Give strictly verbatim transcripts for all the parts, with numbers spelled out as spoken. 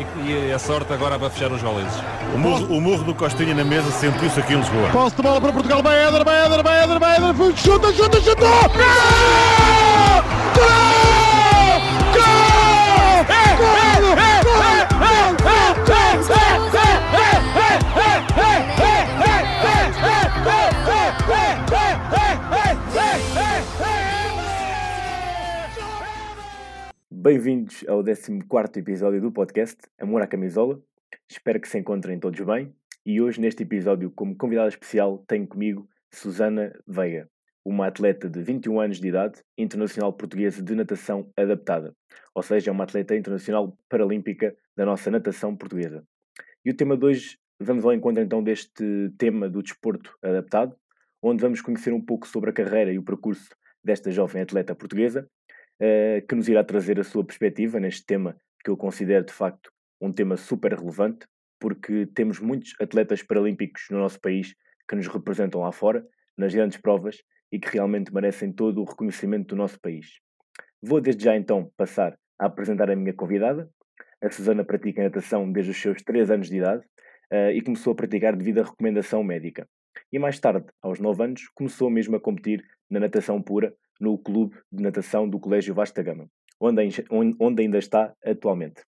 e, e a sorte agora para fechar os goleses. O murro, o murro do Costinha na mesa sentiu-se aqui em Lisboa. Posse de bola para Portugal, vai Éder, vai Éder, vai Éder, vai Éder, chuta, chuta, chuta! Gol! Gol! Gol! Bem-vindos ao décimo quarto episódio do podcast Amor à Camisola. Espero que se encontrem todos bem. E hoje, neste episódio, como convidada especial, tenho comigo Susana Veiga, uma atleta de vinte e um anos de idade, internacional portuguesa de natação adaptada. Ou seja, é uma atleta internacional paralímpica da nossa natação portuguesa. E o tema de hoje, vamos ao encontro então deste tema do desporto adaptado, onde vamos conhecer um pouco sobre a carreira e o percurso desta jovem atleta portuguesa, Uh, que nos irá trazer a sua perspectiva neste tema que eu considero de facto um tema super relevante, porque temos muitos atletas paralímpicos no nosso país que nos representam lá fora, nas grandes provas, e que realmente merecem todo o reconhecimento do nosso país. Vou desde já então passar a apresentar a minha convidada. A Susana pratica natação desde os seus três anos de idade uh, e começou a praticar devido à recomendação médica. E mais tarde, aos nove anos, começou mesmo a competir na natação pura no Clube de Natação do Colégio Vasta Gama, onde, onde ainda está atualmente.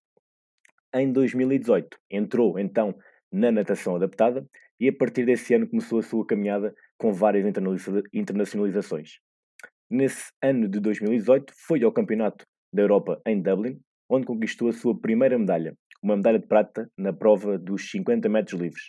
Em dois mil e dezoito, entrou então na natação adaptada e a partir desse ano começou a sua caminhada com várias internacionalizações. Nesse ano de dois mil e dezoito, foi ao Campeonato da Europa em Dublin, onde conquistou a sua primeira medalha, uma medalha de prata na prova dos cinquenta metros livres.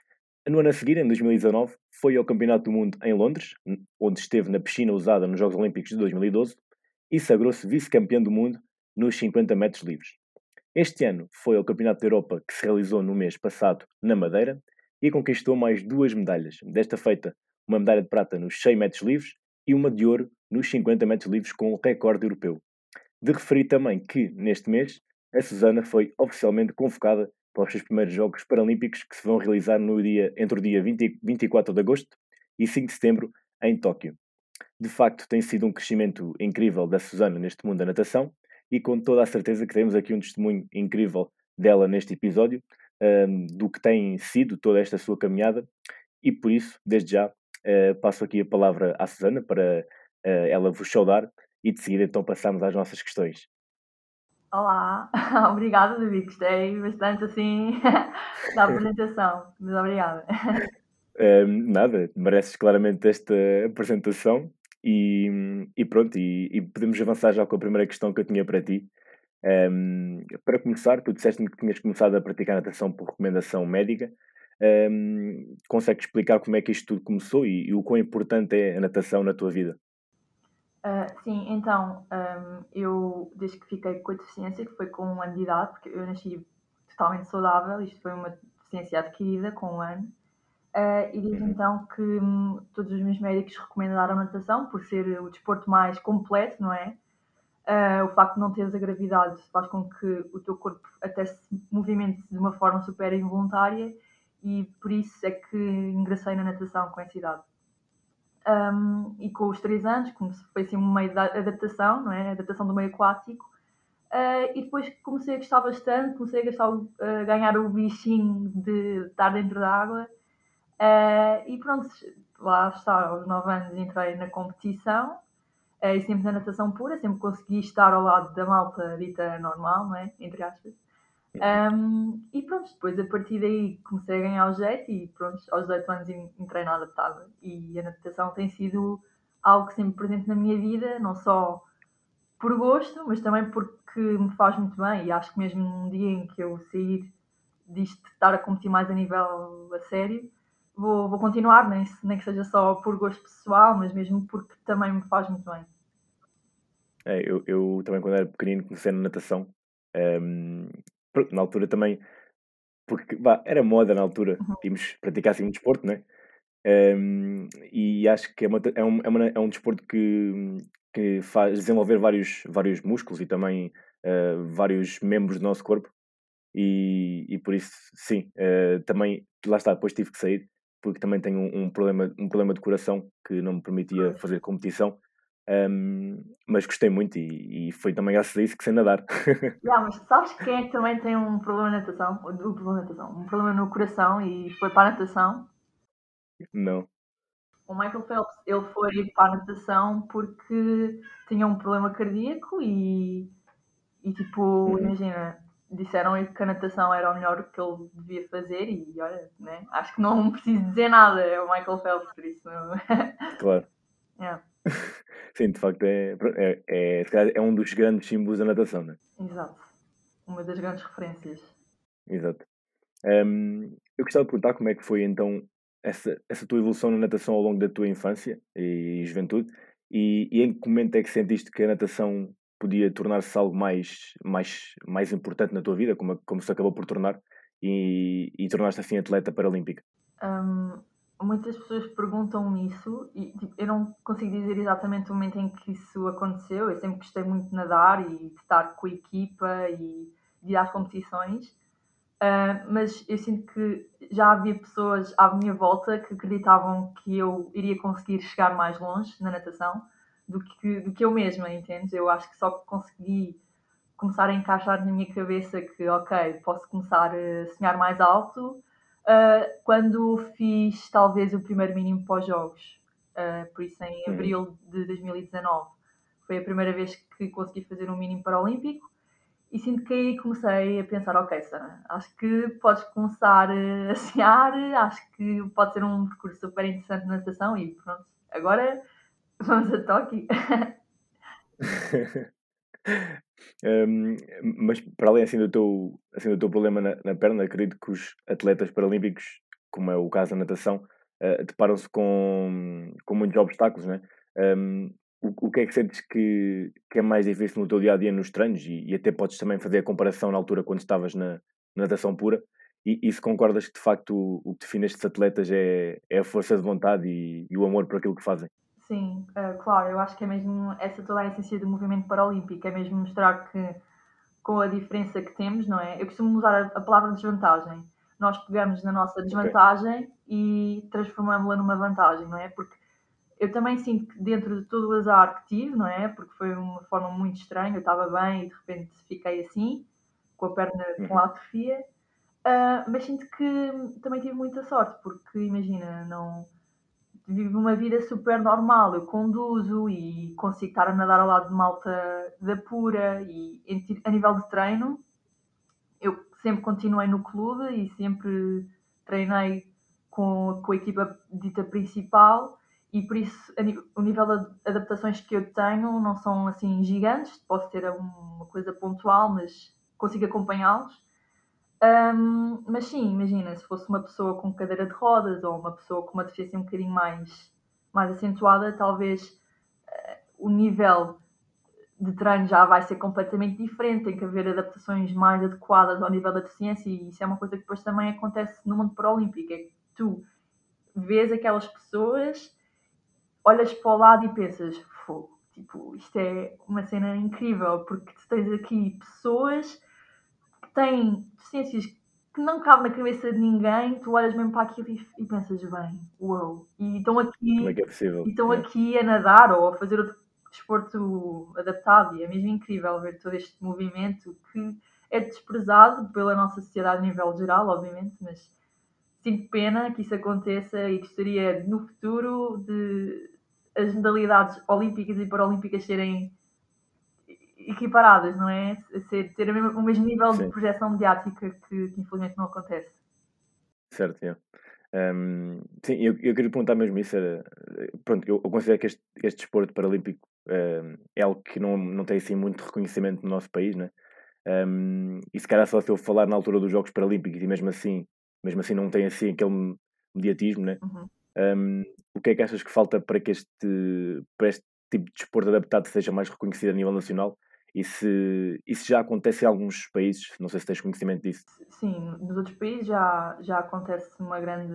No ano a seguir, em dois mil e dezanove, foi ao Campeonato do Mundo em Londres, onde esteve na piscina usada nos Jogos Olímpicos de dois mil e doze, e sagrou-se vice-campeão do mundo nos cinquenta metros livres. Este ano foi ao Campeonato da Europa, que se realizou no mês passado na Madeira, e conquistou mais duas medalhas, desta feita uma medalha de prata nos cem metros livres e uma de ouro nos cinquenta metros livres com o recorde europeu. De referir também que, neste mês, a Susana foi oficialmente convocada para os seus primeiros Jogos Paralímpicos, que se vão realizar no dia, entre o dia vinte, vinte e quatro de agosto e cinco de setembro em Tóquio. De facto, tem sido um crescimento incrível da Susana neste mundo da natação e com toda a certeza que temos aqui um testemunho incrível dela neste episódio, um, do que tem sido toda esta sua caminhada, e por isso, desde já, uh, passo aqui a palavra à Susana para uh, ela vos saudar e de seguida então passamos às nossas questões. Olá, obrigada, David, gostei bastante assim da apresentação, mas obrigada. Um, nada, mereces claramente esta apresentação e, e pronto, e, e podemos avançar já com a primeira questão que eu tinha para ti. Um, para começar, tu disseste-me que tinhas começado a praticar natação por recomendação médica. Um, consegues explicar como é que isto tudo começou e, e o quão importante é a natação na tua vida? Uh, sim, então, um, eu, desde que fiquei com a deficiência, que foi com um ano de idade, porque eu nasci totalmente saudável, isto foi uma deficiência adquirida com um ano, uh, e desde então que um, todos os meus médicos recomendaram a natação, por ser o desporto mais completo, não é? Uh, o facto de não teres a gravidade faz com que o teu corpo até se movimente de uma forma super involuntária, e por isso é que ingressei na natação com essa idade. Um, e com os três anos, como foi assim um meio de adaptação, não é? Adaptação do meio aquático, uh, e depois comecei a gostar bastante, comecei a, gastar, uh, ganhar o bichinho de estar dentro da água, uh, e pronto, lá está, aos nove anos entrei na competição, uh, e sempre na natação pura, sempre consegui estar ao lado da malta dita normal, não é? Entre aspas. Um, e pronto, depois a partir daí comecei a ganhar o jeito e pronto, aos dezoito anos entrei na adaptada, e a natação tem sido algo sempre presente na minha vida, não só por gosto, mas também porque me faz muito bem, e acho que mesmo num dia em que eu sair disto de estar a competir mais a nível a sério, vou, vou continuar, nem, nem que seja só por gosto pessoal, mas mesmo porque também me faz muito bem. É, eu, eu também quando era pequenino comecei na natação. Um, na altura também, porque bah, era moda na altura, Uhum. tínhamos praticar assim um desporto, né? Um, e acho que é, uma, é, um, é, uma, é um desporto que, que faz desenvolver vários, vários músculos e também uh, vários membros do nosso corpo, e, e por isso, sim, uh, também, lá está, depois tive que sair, porque também tenho um, um, problema, um problema de coração que não me permitia fazer competição, Um, mas gostei muito e, e foi também graças a isso que sei nadar. Yeah, mas sabes quem é que também tem um problema na natação? Um problema na natação, um problema no coração e foi para a natação? Não. O Michael Phelps, ele foi para a natação porque tinha um problema cardíaco e, e tipo, Uhum. imagina, disseram-lhe que a natação era o melhor que ele devia fazer e olha, né? Acho que não preciso dizer nada, é o Michael Phelps, por isso não. Claro. Yeah, Sim, de facto é, é, é, se calhar é um dos grandes símbolos da natação, não é? exato. Uma das grandes referências. Exato. Um, eu gostava de perguntar como é que foi então essa, essa tua evolução na natação ao longo da tua infância e juventude e, e em que momento é que sentiste que a natação podia tornar-se algo mais, mais, mais importante na tua vida, como, como se acabou por tornar, e, e tornaste assim atleta paralímpica? Um, muitas pessoas perguntam isso e tipo, eu não consigo dizer exatamente o momento em que isso aconteceu. Eu sempre gostei muito de nadar e de estar com a equipa e de ir às competições. Uh, mas eu sinto que já havia pessoas à minha volta que acreditavam que eu iria conseguir chegar mais longe na natação do que, do que eu mesma, entendes? Eu acho que só consegui começar a encaixar na minha cabeça que, ok, posso começar a sonhar mais alto uh, quando fiz talvez o primeiro mínimo para os Jogos, uh, por isso em Uhum. abril de dois mil e dezanove. Foi a primeira vez que consegui fazer um mínimo paralímpico e sinto que aí comecei a pensar, ok, Sana, acho que podes começar a sonhar, acho que pode ser um percurso super interessante na natação e pronto, agora vamos a Tóquio. Um, mas para além assim do teu, assim, do teu problema na, na perna, acredito que os atletas paralímpicos, como é o caso da natação, uh, deparam-se com, com muitos obstáculos, né? Um, o, o que é que sentes que, que é mais difícil no teu dia a dia nos treinos e, e até podes também fazer a comparação na altura quando estavas na, na natação pura? E, e se concordas que de facto o, o que define estes atletas é, é a força de vontade e, e o amor por aquilo que fazem? Sim, uh, claro, eu acho que é mesmo essa toda a essência do movimento paralímpico, é mesmo mostrar que com a diferença que temos, não é? Eu costumo usar a, a palavra desvantagem. Nós pegamos na nossa desvantagem okay. e transformamos-la numa vantagem, não é? Porque eu também sinto que dentro de todo o azar que tive, não é? Porque foi uma forma muito estranha, eu estava bem e de repente fiquei assim, com a perna uhum. com atrofia, uh, mas sinto que também tive muita sorte, porque imagina, não vivo uma vida super normal, eu conduzo e consigo estar a nadar ao lado de malta da pura e a nível de treino eu sempre continuei no clube e sempre treinei com, com a equipa dita principal e por isso a, o nível de adaptações que eu tenho não são assim gigantes, posso ter uma coisa pontual, mas consigo acompanhá-los. Um, mas sim, imagina, se fosse uma pessoa com cadeira de rodas ou uma pessoa com uma deficiência um bocadinho mais, mais acentuada, talvez uh, o nível de treino já vai ser completamente diferente, tem que haver adaptações mais adequadas ao nível da deficiência e isso é uma coisa que depois também acontece no mundo paralímpico, é que tu vês aquelas pessoas, olhas para o lado e pensas, fogo, tipo, isto é uma cena incrível, porque tu tens aqui pessoas que têm deficiências que não cabem na cabeça de ninguém, tu olhas mesmo para aquilo e, e pensas, bem, uau, e estão aqui, Como é que é possível? e estão é. aqui a nadar ou a fazer outro desporto adaptado e é mesmo incrível ver todo este movimento que é desprezado pela nossa sociedade a nível geral, obviamente, mas sinto pena que isso aconteça e gostaria no futuro de as modalidades olímpicas e paralímpicas serem equiparadas, não é? Ser, ter o mesmo nível Sim. de projeção mediática que, que infelizmente não acontece. Certo, é. Um, sim, eu, eu queria perguntar mesmo isso. Era, pronto, eu, eu considero que este, este desporto paralímpico um, é algo que não, não tem assim muito reconhecimento no nosso país, né? Um, e se calhar só se eu falar na altura dos Jogos Paralímpicos e mesmo assim, mesmo assim não tem assim aquele mediatismo, né? Uhum. Um, o que é que achas que falta para que este, para este tipo de desporto adaptado seja mais reconhecido a nível nacional? E se isso já acontece em alguns países? Não sei se tens conhecimento disso. Sim, nos outros países já, já acontece uma grande...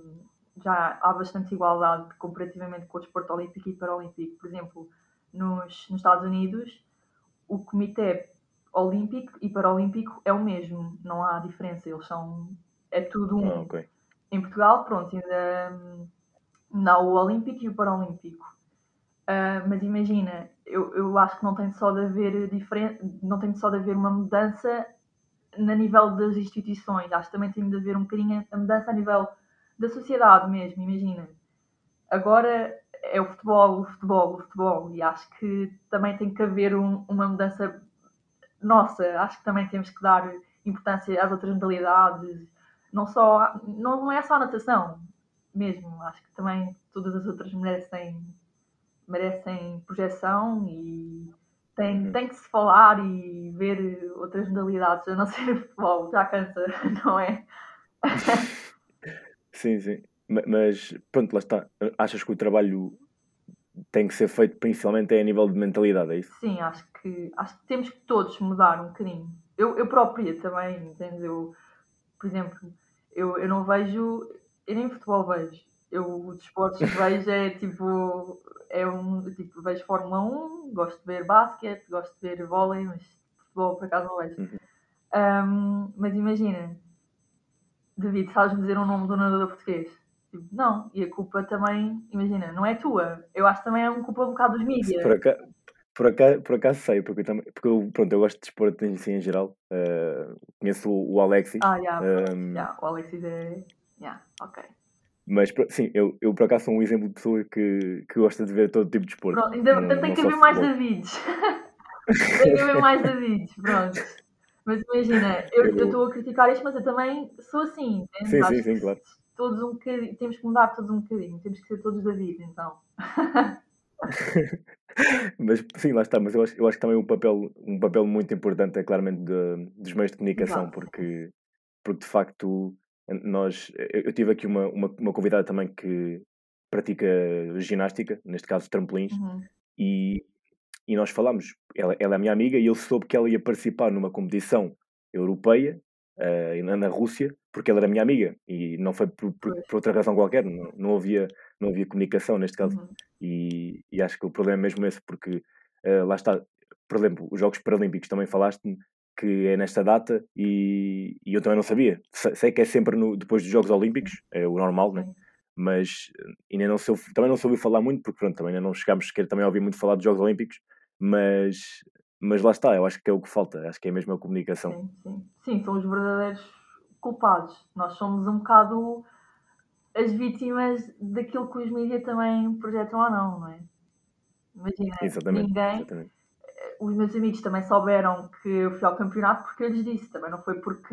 Já há bastante igualdade comparativamente com o desporto olímpico e paralímpico. Por exemplo, nos, nos Estados Unidos, o Comitê Olímpico e Paralímpico é o mesmo, não há diferença, eles são... É tudo um. Ah, okay. Em Portugal, pronto, ainda, ainda há o Olímpico e o Paralímpico. Uh, mas imagina, eu, eu acho que não tem só de haver diferen... não tem só de haver uma mudança na nível das instituições, acho que também tem de haver um bocadinho a mudança a nível da sociedade mesmo, imagina. Agora é o futebol, o futebol, o futebol, e acho que também tem que haver um, uma mudança nossa, acho que também temos que dar importância às outras modalidades, não só, não, não é só a natação mesmo, acho que também todas as outras merecem, merecem projeção e tem, Uhum. tem que se falar e ver outras modalidades, a não ser o futebol, já cansa, não é? Sim, sim. Ma- Mas pronto, lá está. Achas que o trabalho tem que ser feito principalmente é a nível de mentalidade, é isso? Sim, acho que, acho que temos que todos mudar um bocadinho. Eu, eu própria também, entende? Eu, por exemplo, eu, eu não vejo, eu nem futebol vejo. Eu, os desportos que vejo é tipo, é um, tipo, vejo Fórmula um, gosto de ver basquete, gosto de ver vôlei, mas futebol por acaso não vejo. Uhum. Ahm, mas imagina, David, sabes-me dizer um nome do nadador português? Tipo, não, e a culpa também, imagina, não é tua. Eu acho que também é uma culpa um bocado dos Se Por mídias. acaso, por acaso, por acaso sei, porque eu também, porque eu, pronto, eu gosto de desporto em si em geral. Eh, conheço o, o Alexis, Ah, já, pronto, ehm, já, o Alexis é. Já, ok. mas pro- sim, eu, eu por acaso sou um exemplo de pessoa que, que gosta de ver todo tipo de desporto, Pronto, ainda, não, ainda tem não que só haver mais futebol. Davids. Tem que haver mais Davids, pronto. Mas imagina, eu eu Eu, estou a criticar isto, mas eu também sou assim, entende? sim, sim, Acho que sim, claro. todos um bocadinho, temos que mudar todos um bocadinho, temos que ser todos David, então. Mas sim, lá está, mas eu acho, eu acho que também um papel, um papel muito importante é claramente de- dos meios de comunicação, Exato, sim. porque, porque de facto nós, eu eu tive aqui uma, uma, uma convidada também que pratica ginástica, neste caso trampolins, Uhum. e, e nós falámos, ela, ela é minha amiga e eu soube que ela ia participar numa competição europeia, eh, na, na Rússia, porque ela era minha amiga e não foi por, por, Pois. por outra razão qualquer, não, não havia, não havia comunicação neste caso. Uhum. E, e acho que o problema é mesmo esse, porque eh, lá está, por exemplo, os Jogos Paralímpicos também falaste-me que é nesta data e, e eu também não sabia. Se- Sei que é sempre no- depois dos Jogos Sim, Olímpicos, é o normal, né? sim. Mas eh, ainda não soube, também não soube falar muito, porque pronto, também ainda não chegámos sequer também a ouvir muito falar dos Jogos Olímpicos, mas, mas lá está, eu acho que é o que falta, acho que é mesmo a comunicação. Sim, sim. Sim, são os verdadeiros culpados. Nós somos um bocado as vítimas daquilo que os mídias também projetam ou não, não é? Imagina, Exatamente, ninguém. exatamente. Os meus amigos também souberam que eu fui ao campeonato porque eu lhes disse, também não foi porque,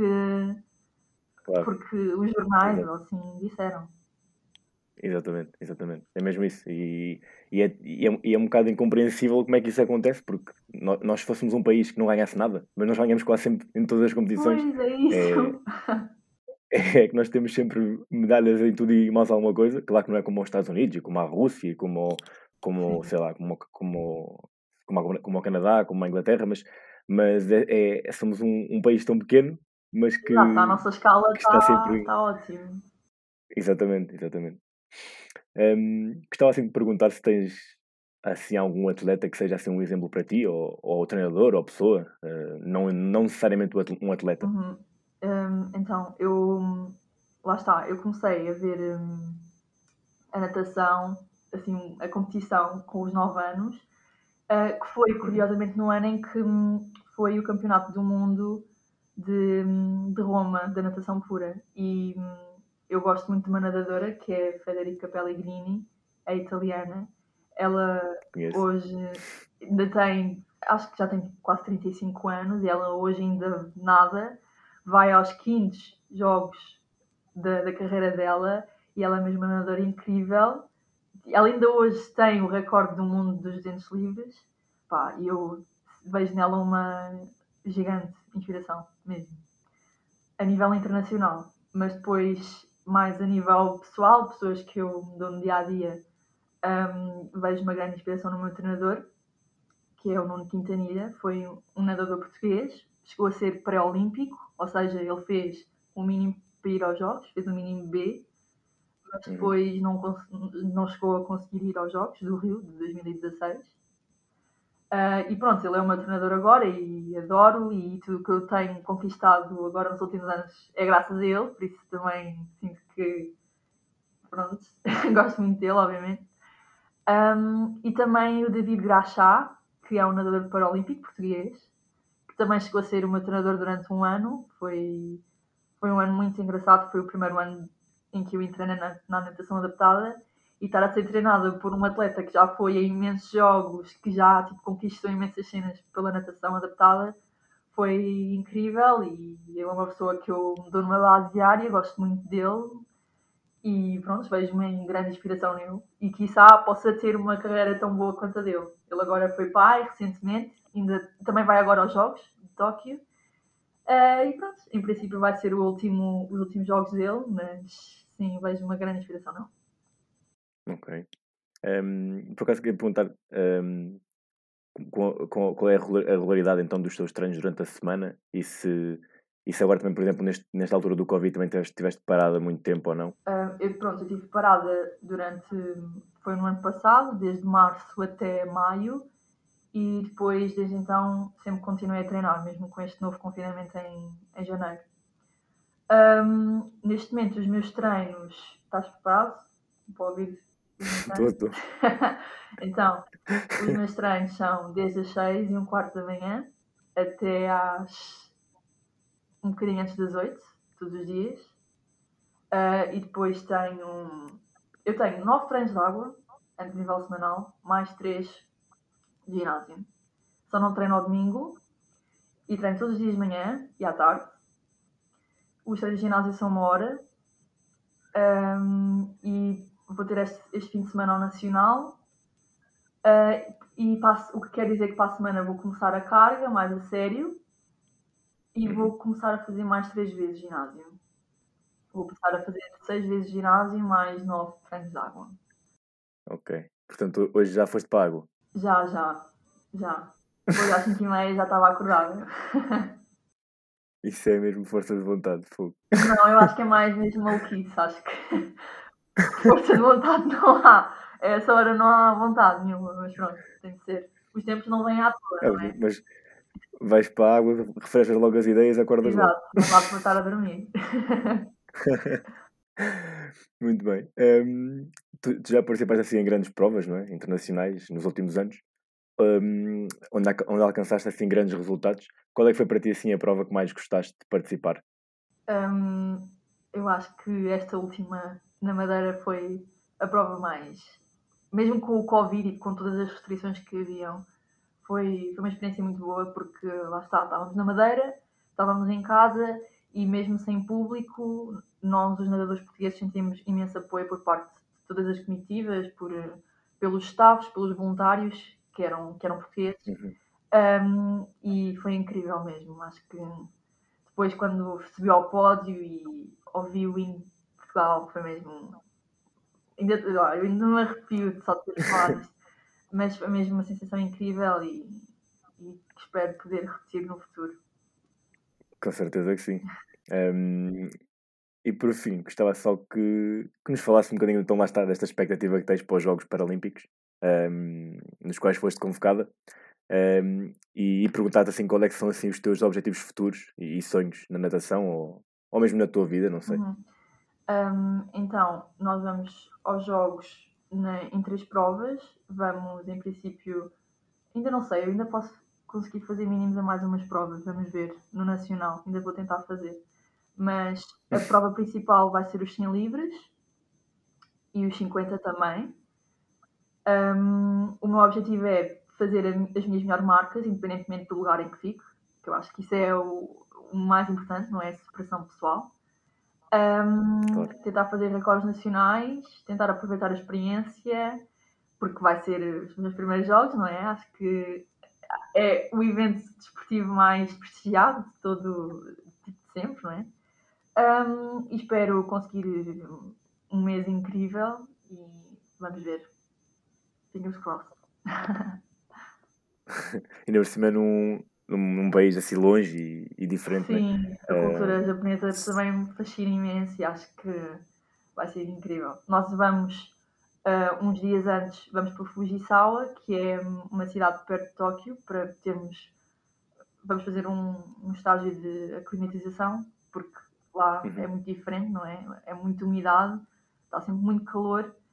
Claro, porque os jornais exato. ou assim disseram. Exatamente, exatamente. É mesmo isso. E, e, é, e, é, e é um bocado incompreensível como é que isso acontece, porque nó- nós, se fôssemos um país que não ganhasse nada, mas nós ganhamos quase sempre em todas as competições, Pois é é, isso. é que nós temos sempre medalhas em tudo e mais alguma coisa. Claro que não é como os Estados Unidos, e como a Rússia, e como, como Sim. sei lá, como, como, como, a- como o Canadá, como a Inglaterra, mas, mas é, é- somos um, um país tão pequeno, mas Exato, a que, nossa escala que está está sempre. tá ótimo. Exatamente, exatamente. Hum, gostava assim de perguntar se tens assim algum atleta que seja assim um exemplo para ti, ou, ou treinador, ou pessoa, eh, não, não necessariamente um atle- um atleta. Uhum. Hum, então, eu. Lá está, eu comecei a ver hum, a natação, assim, a competição com os nove anos, uh, que foi Uhum. curiosamente no ano em que hum, foi o Campeonato do Mundo de, hum, de Roma, da natação pura. E hum, eu gosto muito de uma nadadora que é Federica Pellegrini, a italiana. Ela Conheço. hoje ainda tem, acho que já tem quase trinta e cinco anos, e ela hoje ainda nada, vai aos quintos jogos da, da carreira dela, e ela é mesmo uma nadadora incrível. Ela ainda hoje tem o recorde do mundo dos duzentos livres. Pá, e eu vejo nela uma gigante inspiração mesmo, a nível internacional. Mas depois, mais a nível pessoal, pessoas que eu dou no dia a dia, um, vejo uma grande inspiração no meu treinador, que é o Nuno Quintanilha. Foi um nadador português, chegou a ser pré-olímpico, ou seja, ele fez o mínimo para ir aos Jogos, fez o mínimo B, mas Uhum. depois não, não chegou a conseguir ir aos Jogos do Rio de dois mil e dezasseis. Uh, e pronto, ele é o meu treinador agora e adoro, e tudo que eu tenho conquistado agora nos últimos anos é graças a ele, por isso também sinto que, pronto, gosto muito dele, obviamente. Um, e também o David Graxá, que é um nadador paralímpico português, que também chegou a ser o meu treinador durante um ano. Foi, foi um ano muito engraçado, foi o primeiro ano em que eu entrei na, na natação adaptada, e estar a ser treinada por um atleta que já foi a imensos jogos, que já tipo, conquistou imensas cenas pela natação adaptada, foi incrível. E ele é uma pessoa que eu dou numa base diária, gosto muito dele, e pronto, vejo-me em grande inspiração nele, e quiçá possa ter uma carreira tão boa quanto a dele. Ele agora foi pai recentemente, ainda também vai agora aos Jogos de Tóquio. Uh, e pronto, em princípio vai ser o último, os últimos jogos dele, mas sim, vejo uma grande inspiração nele. Ok. Um, por acaso queria perguntar um, qual, qual é a regularidade então dos teus treinos durante a semana, e se, e se agora também, por exemplo, neste, nesta altura do Covid também estiveste parada há muito tempo ou não? Uh, eu, pronto, eu estive parada durante, foi no ano passado, desde março até maio, e depois, desde então, sempre continuei a treinar, mesmo com este novo confinamento em, em janeiro. Um, neste momento, os meus treinos... Estás preparado para ouvir os meus treinos? Estou. Então, os meus treinos são desde as seis e um quarto da manhã até às... um bocadinho antes das oito, todos os dias. Uh, e depois tenho... Eu tenho nove treinos de água, a nível semanal, mais três de ginásio. Só não treino ao domingo, e treino todos os dias de manhã e à tarde. Os treinos de ginásio são uma hora. Um, e vou ter este, este fim de semana ao Nacional. Uh, e passo, o que quer dizer que para a semana vou começar a carga mais a sério, e vou começar a fazer mais três vezes ginásio. Vou começar a fazer seis vezes ginásio mais nove treinos de água. Ok. Portanto, hoje já foste para a água? Já, já. Já. Hoje às cinco e meia já estava acordada. Isso é mesmo força de vontade, fogo. Não, eu acho que é mais mesmo maluquice. Acho que força de vontade não há. A essa hora não há vontade nenhuma, mas pronto, tem de ser. Os tempos não vêm à toa, É, não é? mas vais para a água, refrescas logo as ideias, acordas logo. Exato, não dá para estar a dormir. Muito bem. Um, tu, tu já participaste assim em grandes provas, não é? Internacionais, nos últimos anos, um, onde, onde alcançaste assim grandes resultados. Qual é que foi para ti assim a prova que mais gostaste de participar? Um, eu acho que esta última na Madeira foi a prova mais... Mesmo com o Covid e com todas as restrições que haviam, foi, foi uma experiência muito boa, porque lá está, estávamos na Madeira, estávamos em casa, e mesmo sem público, nós, os nadadores portugueses, sentimos imenso apoio por parte de todas as comitivas, por, pelos staffs, pelos voluntários, que eram, que eram portugueses. Uhum. Um, e foi incrível mesmo. Acho que depois, quando subiu ao pódio e ouvi o hino de Portugal, foi mesmo... Ainda, eu ainda não me arrepio de só ter falado isto, mas foi mesmo uma sensação incrível, e, e espero poder repetir no futuro. Com certeza que sim. Um, e por fim, gostava só que, que nos falasse um bocadinho então lá está desta expectativa que tens para os Jogos Paralímpicos, um, nos quais foste convocada, um, e, e perguntar-te assim qual é que são assim os teus objetivos futuros e, e sonhos na natação, ou, ou mesmo na tua vida, não sei. Uhum. Um, então, nós vamos aos Jogos na, em três provas. Vamos, em princípio, ainda não sei, eu ainda posso conseguir fazer mínimos a mais umas provas, vamos ver, no Nacional, ainda vou tentar fazer. Mas a prova principal vai ser os cem livres e os cinquenta também. Um, o meu objetivo é fazer as minhas melhores marcas, independentemente do lugar em que fico, que eu acho que isso é o, o mais importante, não é a superação pessoal. Um, Claro. Tentar fazer recordes nacionais, tentar aproveitar a experiência, porque vai ser os meus primeiros jogos, não é? Acho que é o evento desportivo mais prestigiado de todo, tipo de sempre, não é? Um, e espero conseguir um mês incrível, e vamos ver. Fingers crossed. Ainda por cima num, num, num país assim longe e, e diferente, Sim, né? a cultura Uh, japonesa também me fascina imenso, e acho que vai ser incrível. Nós vamos, uh, uns dias antes, vamos para Fujisawa, que é uma cidade perto de Tóquio, para termos... Vamos fazer um, um estágio de aclimatização, porque lá uhum. é muito diferente, não é? É muita umidade, está sempre muito calor,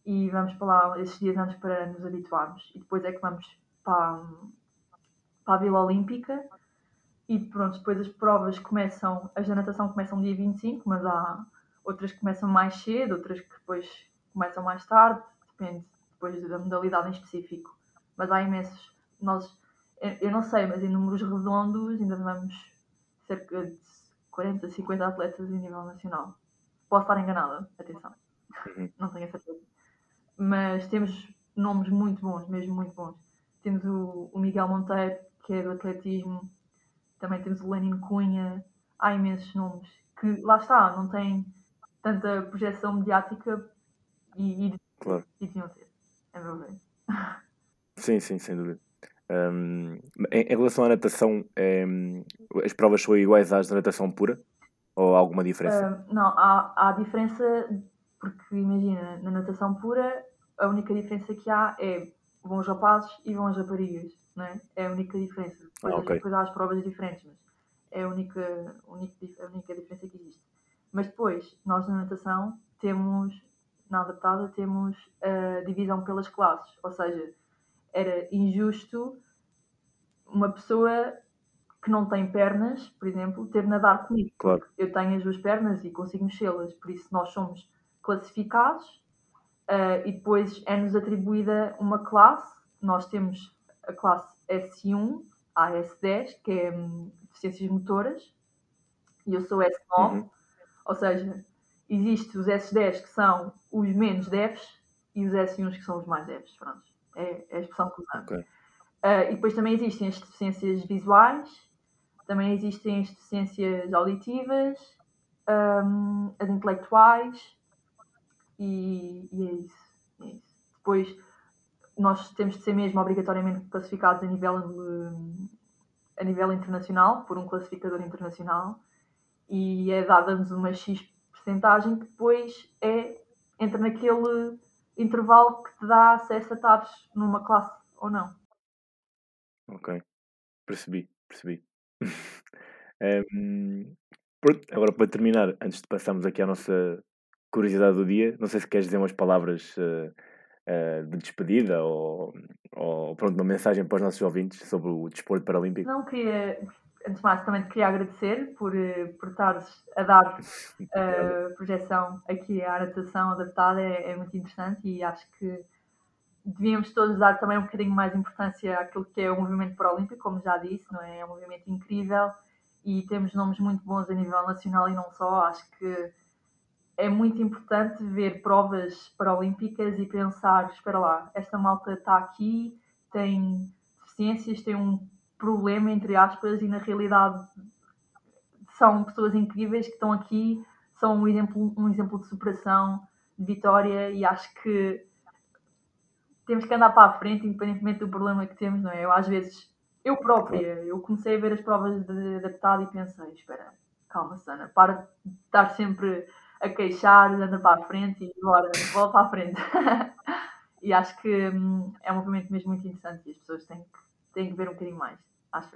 e vamos para lá esses dias antes para nos habituarmos. E depois é que vamos para, para a Vila Olímpica. E pronto, depois as provas começam, as da natação começam dia vinte e cinco, mas há outras que começam mais cedo, outras que depois começam mais tarde, depende depois da modalidade em específico. Mas há imensos, nós, eu não sei, mas em números redondos ainda vamos cerca de quarenta, cinquenta atletas em nível nacional. Posso estar enganada, atenção, Uhum. não tenho a certeza. Mas temos nomes muito bons, mesmo muito bons. Temos o, o Miguel Monteiro, que é do atletismo, também temos o Lenin Cunha, há imensos nomes que, lá está, não têm tanta projeção mediática e, e, Claro. e deviam ter, a meu ver. Sim, sim, sem dúvida. Um, em, em relação à natação, um, as provas são iguais às da natação pura? Ou há alguma diferença? Uh, não, há, há diferença, porque imagina, na natação pura, a única diferença que há é vão os rapazes e vão as raparigas, não é? É a única diferença. Depois, Ah, ok. depois há as provas diferentes, mas é a única, única, a única diferença que existe. Mas depois, nós na natação temos, na adaptada, temos a divisão pelas classes, ou seja, era injusto uma pessoa que não tem pernas, por exemplo, ter nadar comigo. Claro. Eu tenho as duas pernas e consigo mexê-las, por isso nós somos classificados uh, e depois é-nos atribuída uma classe. Nós temos a classe S um à S dez, que é um, deficiências motoras, e eu sou S nove, Uhum. ou seja, existem os S dez que são os menos deves e os S um que são os mais deves. Pronto, é, é a expressão que usamos. Ok. Uh, e depois também existem as deficiências visuais, também existem as deficiências auditivas, um, as intelectuais, e, e é, isso, é isso. Depois nós temos de ser mesmo obrigatoriamente classificados a nível, a nível internacional, por um classificador internacional, e é dada-nos uma X percentagem que depois é, entra naquele intervalo que te dá acesso a estares numa classe ou não. Ok, percebi, percebi. um, pronto, agora para terminar, antes de passarmos aqui à nossa curiosidade do dia, não sei se queres dizer umas palavras uh, uh, de despedida ou, ou pronto, uma mensagem para os nossos ouvintes sobre o desporto paralímpico. Não, queria, antes de mais, também te queria agradecer por, por estares a dar uh, projeção aqui à natação adaptada, é, é muito interessante e acho que devíamos todos dar também um bocadinho mais importância àquilo que é o movimento paralímpico, como já disse, não é? É um movimento incrível e temos nomes muito bons a nível nacional e não só. Acho que é muito importante ver provas paralímpicas e pensar, espera lá, esta malta está aqui, tem deficiências, tem um problema, entre aspas, e na realidade são pessoas incríveis que estão aqui, são um exemplo, um exemplo de superação, de vitória, e acho que temos que andar para a frente, independentemente do problema que temos, não é? Eu, às vezes, eu própria, eu comecei a ver as provas de adaptado e pensei, espera, calma, Sana, para de estar sempre a queixar, anda para a frente e bora, volta para a frente. E acho que hum, é um movimento mesmo muito interessante e as pessoas têm que, têm que ver um bocadinho mais, acho eu.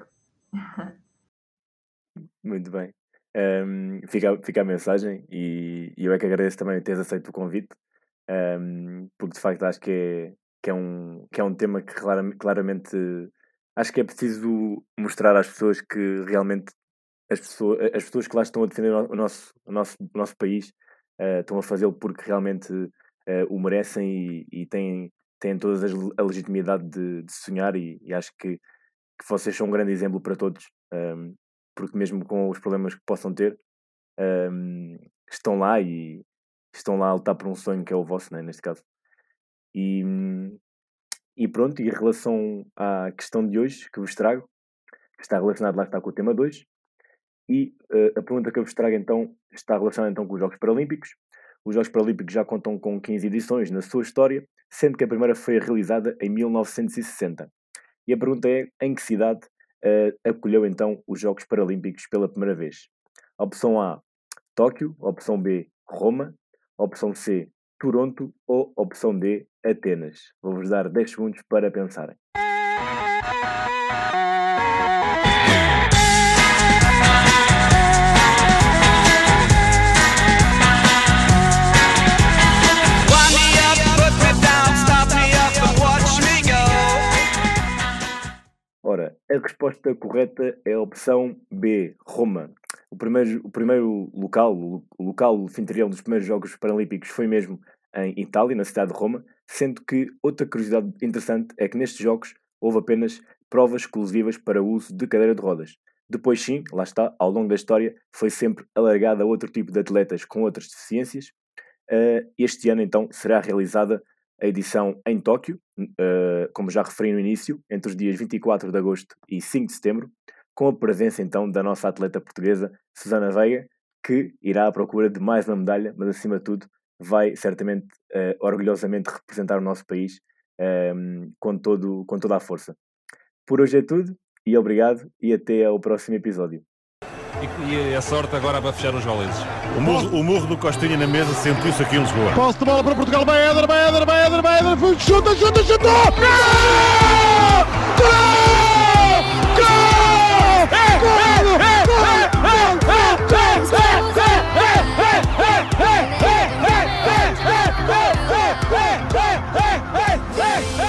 Muito bem. Um, fica, fica a mensagem e, e eu é que agradeço também teres aceito o convite, um, porque de facto acho que é, que é, um, que é um tema que claramente, claramente acho que é preciso mostrar às pessoas que realmente as pessoas, as pessoas que lá estão a defender o nosso, o nosso, o nosso país uh, estão a fazê-lo porque realmente uh, o merecem e, e têm, têm toda a legitimidade de, de sonhar e, e acho que, que vocês são um grande exemplo para todos, um, porque mesmo com os problemas que possam ter, um, estão lá e estão lá a lutar por um sonho que é o vosso, né, neste caso. E, e pronto, e em relação à questão de hoje que vos trago, que está relacionado lá está com o tema dois, e uh, a pergunta que eu vos trago então está relacionada então com os Jogos Paralímpicos. Os Jogos Paralímpicos já contam com quinze edições na sua história, sendo que a primeira foi realizada em mil novecentos e sessenta. E a pergunta é, em que cidade uh, acolheu então os Jogos Paralímpicos pela primeira vez? Opção A, Tóquio. Opção B, Roma. Opção C, Toronto. Ou opção D, Atenas. Vou-vos dar dez segundos para pensarem. Wind me up, put resposta correta é a opção B, Roma. O primeiro, o primeiro local, o local anfitrião dos primeiros Jogos Paralímpicos foi mesmo em Itália, na cidade de Roma, sendo que outra curiosidade interessante é que nestes Jogos houve apenas provas exclusivas para o uso de cadeira de rodas. Depois sim, lá está, ao longo da história, foi sempre alargada a outro tipo de atletas com outras deficiências. Uh, este ano, então, será realizada a edição em Tóquio, uh, como já referi no início, entre os dias vinte e quatro de agosto e cinco de setembro, com a presença, então, da nossa atleta portuguesa, Susana Veiga, que irá à procura de mais uma medalha, mas, acima de tudo, vai, certamente, uh, orgulhosamente representar o nosso país uh, com, todo, com toda a força. Por hoje é tudo, e obrigado, e até ao próximo episódio. E, e a sorte agora para fechar os goleses. O murro, o murro do Costinha na mesa sentiu-se aqui em Lisboa. Posse de bola para Portugal, vai Éder, vai Éder, vai Éder, vai Éder, chuta, chuta, chuta! Gol! Gol! Gol!